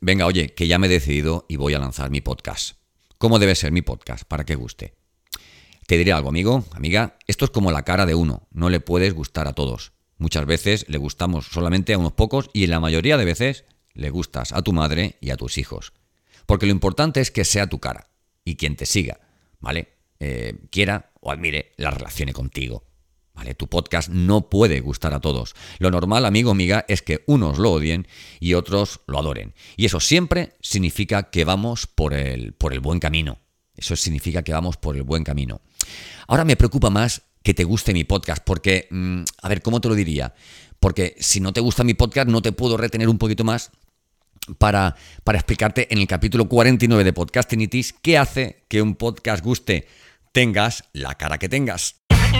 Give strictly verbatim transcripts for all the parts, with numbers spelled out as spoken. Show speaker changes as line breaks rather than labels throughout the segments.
venga, oye, que ya me he decidido y voy a lanzar mi podcast. ¿Cómo debe ser mi podcast? Para que guste. Te diré algo, amigo, amiga, esto es como la cara de uno, no le puedes gustar a todos. Muchas veces le gustamos solamente a unos pocos y en la mayoría de veces le gustas a tu madre y a tus hijos. Porque lo importante es que sea tu cara y quien te siga, ¿vale? Eh, quiera o admire la relacione contigo, ¿vale? Tu podcast no puede gustar a todos. Lo normal, amigo, amiga, es que unos lo odien y otros lo adoren. Y eso siempre significa que vamos por el, por el buen camino. Eso significa que vamos por el buen camino. Ahora me preocupa más que te guste mi podcast, porque, mmm, a ver, ¿cómo te lo diría? Porque si no te gusta mi podcast, no te puedo retener un poquito más para, para explicarte en el capítulo cuarenta y nueve de Podcastinitis qué hace que un podcast guste, tengas la cara que tengas.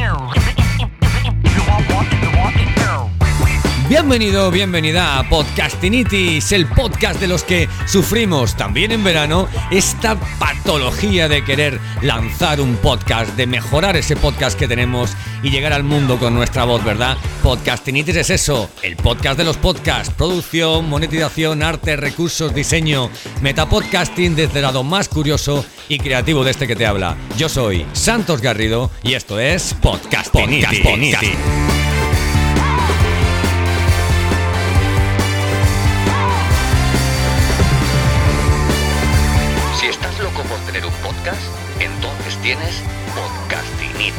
Bienvenido, bienvenida a Podcastinitis, el podcast de los que sufrimos también en verano esta patología de querer lanzar un podcast, de mejorar ese podcast que tenemos y llegar al mundo con nuestra voz, ¿verdad? Podcastinitis es eso, el podcast de los podcasts, producción, monetización, arte, recursos, diseño, metapodcasting desde el lado más curioso y creativo de este que te habla. Yo soy Santos Garrido y esto es Podcastinitis. Podcastinitis. Entonces tienes Podcastinitis.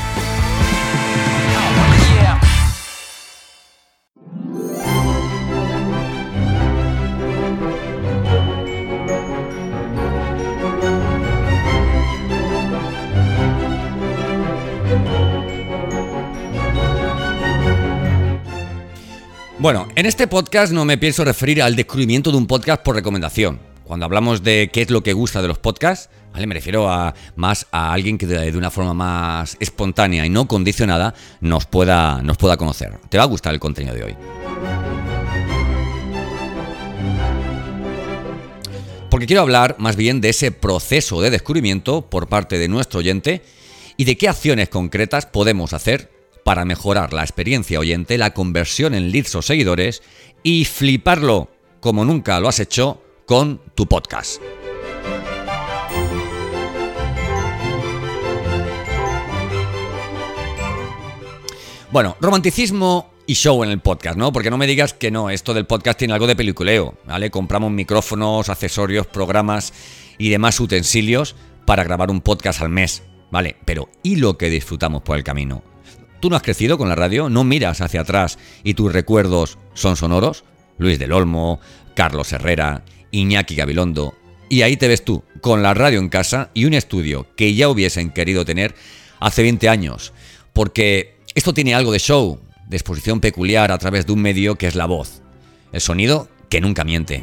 Bueno, en este podcast no me pienso referir al descubrimiento de un podcast por recomendación. Cuando hablamos de qué es lo que gusta de los podcasts, ¿vale? Me refiero a más a alguien que de, de una forma más espontánea y no condicionada nos pueda, nos pueda conocer. Te va a gustar el contenido de hoy. Porque quiero hablar más bien de ese proceso de descubrimiento por parte de nuestro oyente y de qué acciones concretas podemos hacer para mejorar la experiencia oyente, la conversión en leads o seguidores y fliparlo como nunca lo has hecho con tu podcast. Bueno, romanticismo y show en el podcast, ¿no? Porque no me digas que no, esto del podcast tiene algo de peliculeo, ¿vale? Compramos micrófonos, accesorios, programas y demás utensilios para grabar un podcast al mes, ¿vale? Pero ¿y lo que disfrutamos por el camino? ¿Tú no has crecido con la radio? ¿No miras hacia atrás y tus recuerdos son sonoros? Luis del Olmo, Carlos Herrera, Iñaki Gabilondo, y ahí te ves tú, con la radio en casa y un estudio que ya hubiesen querido tener hace veinte años, porque esto tiene algo de show, de exposición peculiar a través de un medio que es la voz, el sonido que nunca miente.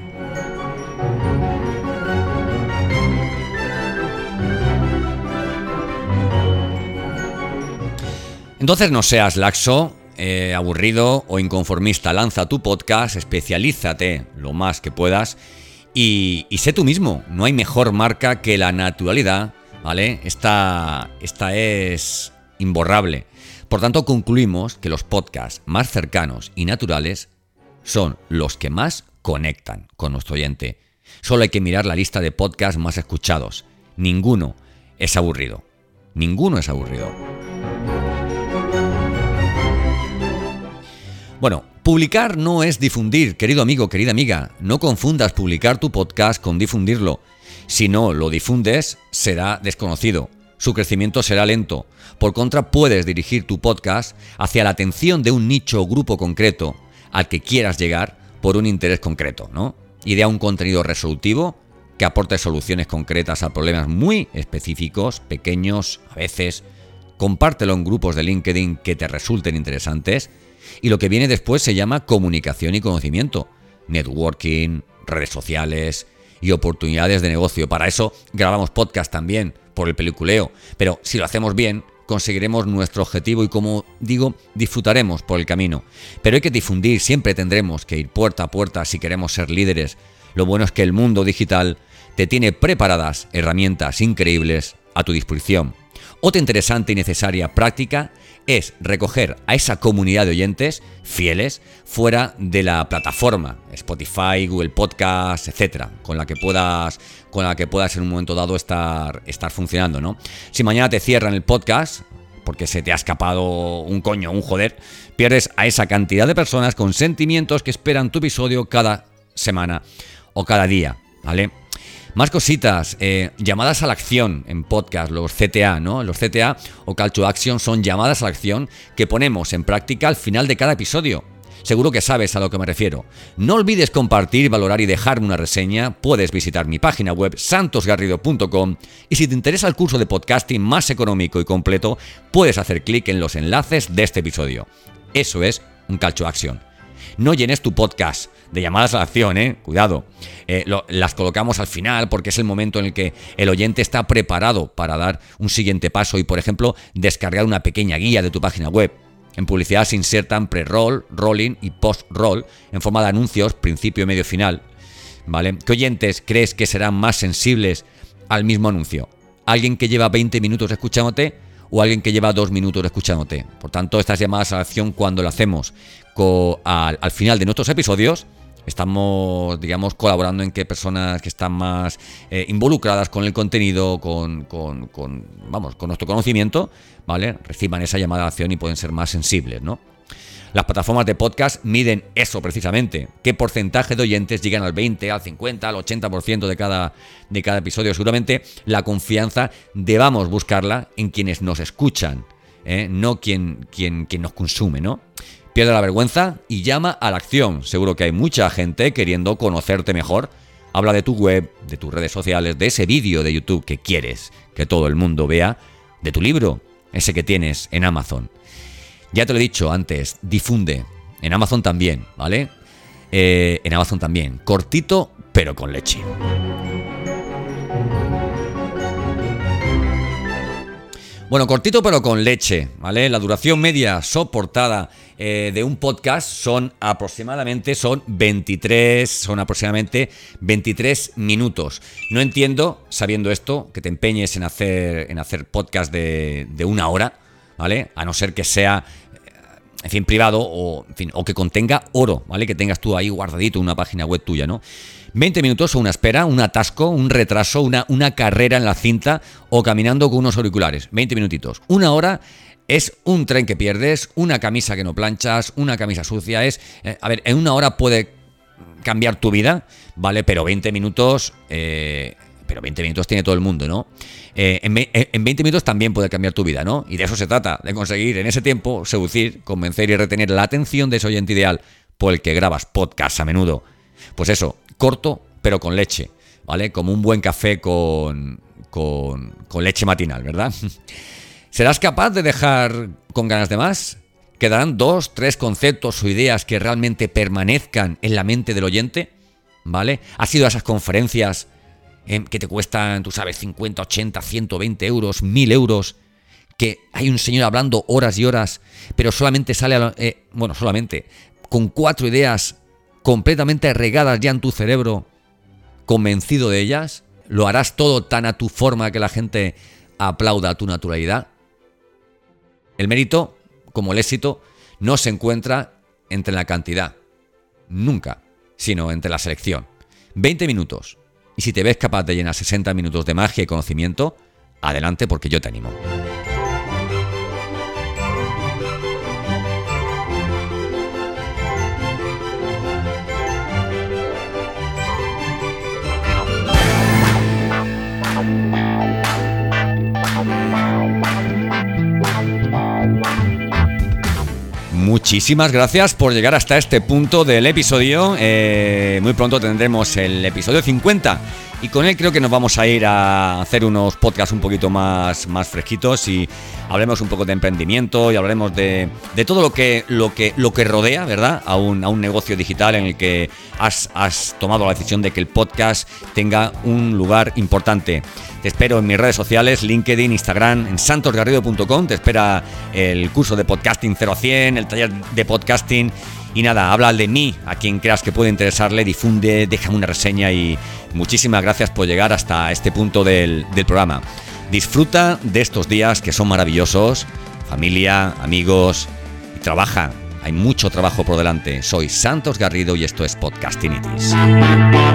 Entonces no seas laxo, eh, aburrido o inconformista, lanza tu podcast, especialízate lo más que puedas y, y sé tú mismo. No hay mejor marca que la naturalidad, ¿vale? Esta, esta es imborrable. Por tanto, concluimos que los podcasts más cercanos y naturales son los que más conectan con nuestro oyente. Solo hay que mirar la lista de podcasts más escuchados. Ninguno es aburrido. Ninguno es aburrido. Bueno, publicar no es difundir, querido amigo, querida amiga. No confundas publicar tu podcast con difundirlo. Si no lo difundes, será desconocido. Su crecimiento será lento. Por contra, puedes dirigir tu podcast hacia la atención de un nicho o grupo concreto al que quieras llegar por un interés concreto, ¿no? Idea un contenido resolutivo que aporte soluciones concretas a problemas muy específicos, pequeños, a veces. Compártelo en grupos de LinkedIn que te resulten interesantes. Y lo que viene después se llama comunicación y conocimiento, networking, redes sociales y oportunidades de negocio. Para eso grabamos podcast también, por el peliculeo. Pero si lo hacemos bien, conseguiremos nuestro objetivo y, como digo, disfrutaremos por el camino. Pero hay que difundir, siempre tendremos que ir puerta a puerta si queremos ser líderes. Lo bueno es que el mundo digital te tiene preparadas herramientas increíbles a tu disposición. Otra interesante y necesaria práctica es recoger a esa comunidad de oyentes fieles fuera de la plataforma Spotify, Google Podcast, etcétera, con la que puedas, con la que puedas en un momento dado estar, estar funcionando, ¿no? Si mañana te cierran el podcast porque se te ha escapado un coño, un joder, pierdes a esa cantidad de personas con sentimientos que esperan tu episodio cada semana o cada día, ¿vale? Más cositas, eh, llamadas a la acción en podcast, los C T A, ¿no? Los C T A o Call to Action son llamadas a la acción que ponemos en práctica al final de cada episodio. Seguro que sabes a lo que me refiero. No olvides compartir, valorar y dejarme una reseña. Puedes visitar mi página web santos garrido punto com y si te interesa el curso de podcasting más económico y completo, puedes hacer clic en los enlaces de este episodio. Eso es un Call to Action. No llenes tu podcast de llamadas a la acción, ¿eh? Cuidado. Eh, lo, las colocamos al final porque es el momento en el que el oyente está preparado para dar un siguiente paso y, por ejemplo, descargar una pequeña guía de tu página web. En publicidad se insertan pre-roll, rolling y post-roll en forma de anuncios, principio, medio, final. ¿Vale? ¿Qué oyentes crees que serán más sensibles al mismo anuncio? ¿Alguien que lleva veinte minutos escuchándote o alguien que lleva dos minutos escuchándote? Por tanto, estas llamadas a la acción, cuando lo hacemos co- al, al final de nuestros episodios, estamos, digamos, colaborando en que personas que están más eh, involucradas con el contenido, con, con, con, vamos, con nuestro conocimiento, ¿vale?, reciban esa llamada a la acción y pueden ser más sensibles, ¿no? Las plataformas de podcast miden eso precisamente, qué porcentaje de oyentes llegan al veinte, al cincuenta, al ochenta por ciento de cada, de cada episodio. Seguramente la confianza debamos buscarla en quienes nos escuchan, ¿eh? No quien, quien, quien nos consume, ¿no? Pierde la vergüenza y llama a la acción. Seguro que hay mucha gente queriendo conocerte mejor. Habla de tu web, de tus redes sociales, de ese vídeo de YouTube que quieres que todo el mundo vea, de tu libro, ese que tienes en Amazon. Ya te lo he dicho antes, difunde. En Amazon también, ¿vale? Eh, en Amazon también. Cortito, pero con leche. Bueno, cortito pero con leche, ¿vale? La duración media soportada eh, de un podcast son aproximadamente son veintitrés, son aproximadamente veintitrés minutos. No entiendo, sabiendo esto, que te empeñes en hacer en hacer podcast de, de una hora, ¿vale? A no ser que sea, en fin, privado o, en fin, o que contenga oro, ¿vale? Que tengas tú ahí guardadito en una página web tuya, ¿no? veinte minutos o una espera, un atasco, un retraso, una, una carrera en la cinta o caminando con unos auriculares. veinte minutitos. Una hora es un tren que pierdes, una camisa que no planchas, una camisa sucia. Es, eh, a ver, en una hora puede cambiar tu vida, ¿vale? Pero veinte minutos... Eh, pero veinte minutos tiene todo el mundo, ¿no? Eh, en, en veinte minutos también puede cambiar tu vida, ¿no? Y de eso se trata, de conseguir en ese tiempo seducir, convencer y retener la atención de ese oyente ideal por el que grabas podcast a menudo. Pues eso, corto pero con leche, ¿vale? Como un buen café con, con, con leche matinal, ¿verdad? ¿Serás capaz de dejar con ganas de más? ¿Quedarán dos, tres conceptos o ideas que realmente permanezcan en la mente del oyente? ¿Vale? ¿Has ido a esas conferencias eh, que te cuestan, tú sabes, cincuenta, ochenta, ciento veinte euros, mil euros? Que hay un señor hablando horas y horas, pero solamente sale, a, eh, bueno, solamente con cuatro ideas completamente regadas ya en tu cerebro, convencido de ellas. ¿Lo harás todo tan a tu forma que la gente aplauda tu naturalidad? El mérito, como el éxito, no se encuentra entre la cantidad, nunca, sino entre la selección. veinte minutos. Y si te ves capaz de llenar sesenta minutos de magia y conocimiento, adelante, porque yo te animo. Muchísimas gracias por llegar hasta este punto del episodio. Eh, muy pronto tendremos el episodio cincuenta y con él creo que nos vamos a ir a hacer unos podcasts un poquito más, más fresquitos y hablemos un poco de emprendimiento y hablaremos de, de todo lo que, lo, que, lo que rodea, ¿verdad?, a un, a un negocio digital en el que has, has tomado la decisión de que el podcast tenga un lugar importante. Te espero en mis redes sociales, LinkedIn, Instagram, en santos garrido punto com. Te espera el curso de podcasting cero a cien, el taller de podcasting. Y nada, habla de mí a quien creas que puede interesarle, difunde, déjame una reseña y muchísimas gracias por llegar hasta este punto del, del programa. Disfruta de estos días que son maravillosos, familia, amigos y trabaja. Hay mucho trabajo por delante. Soy Santos Garrido y esto es Podcastinitis.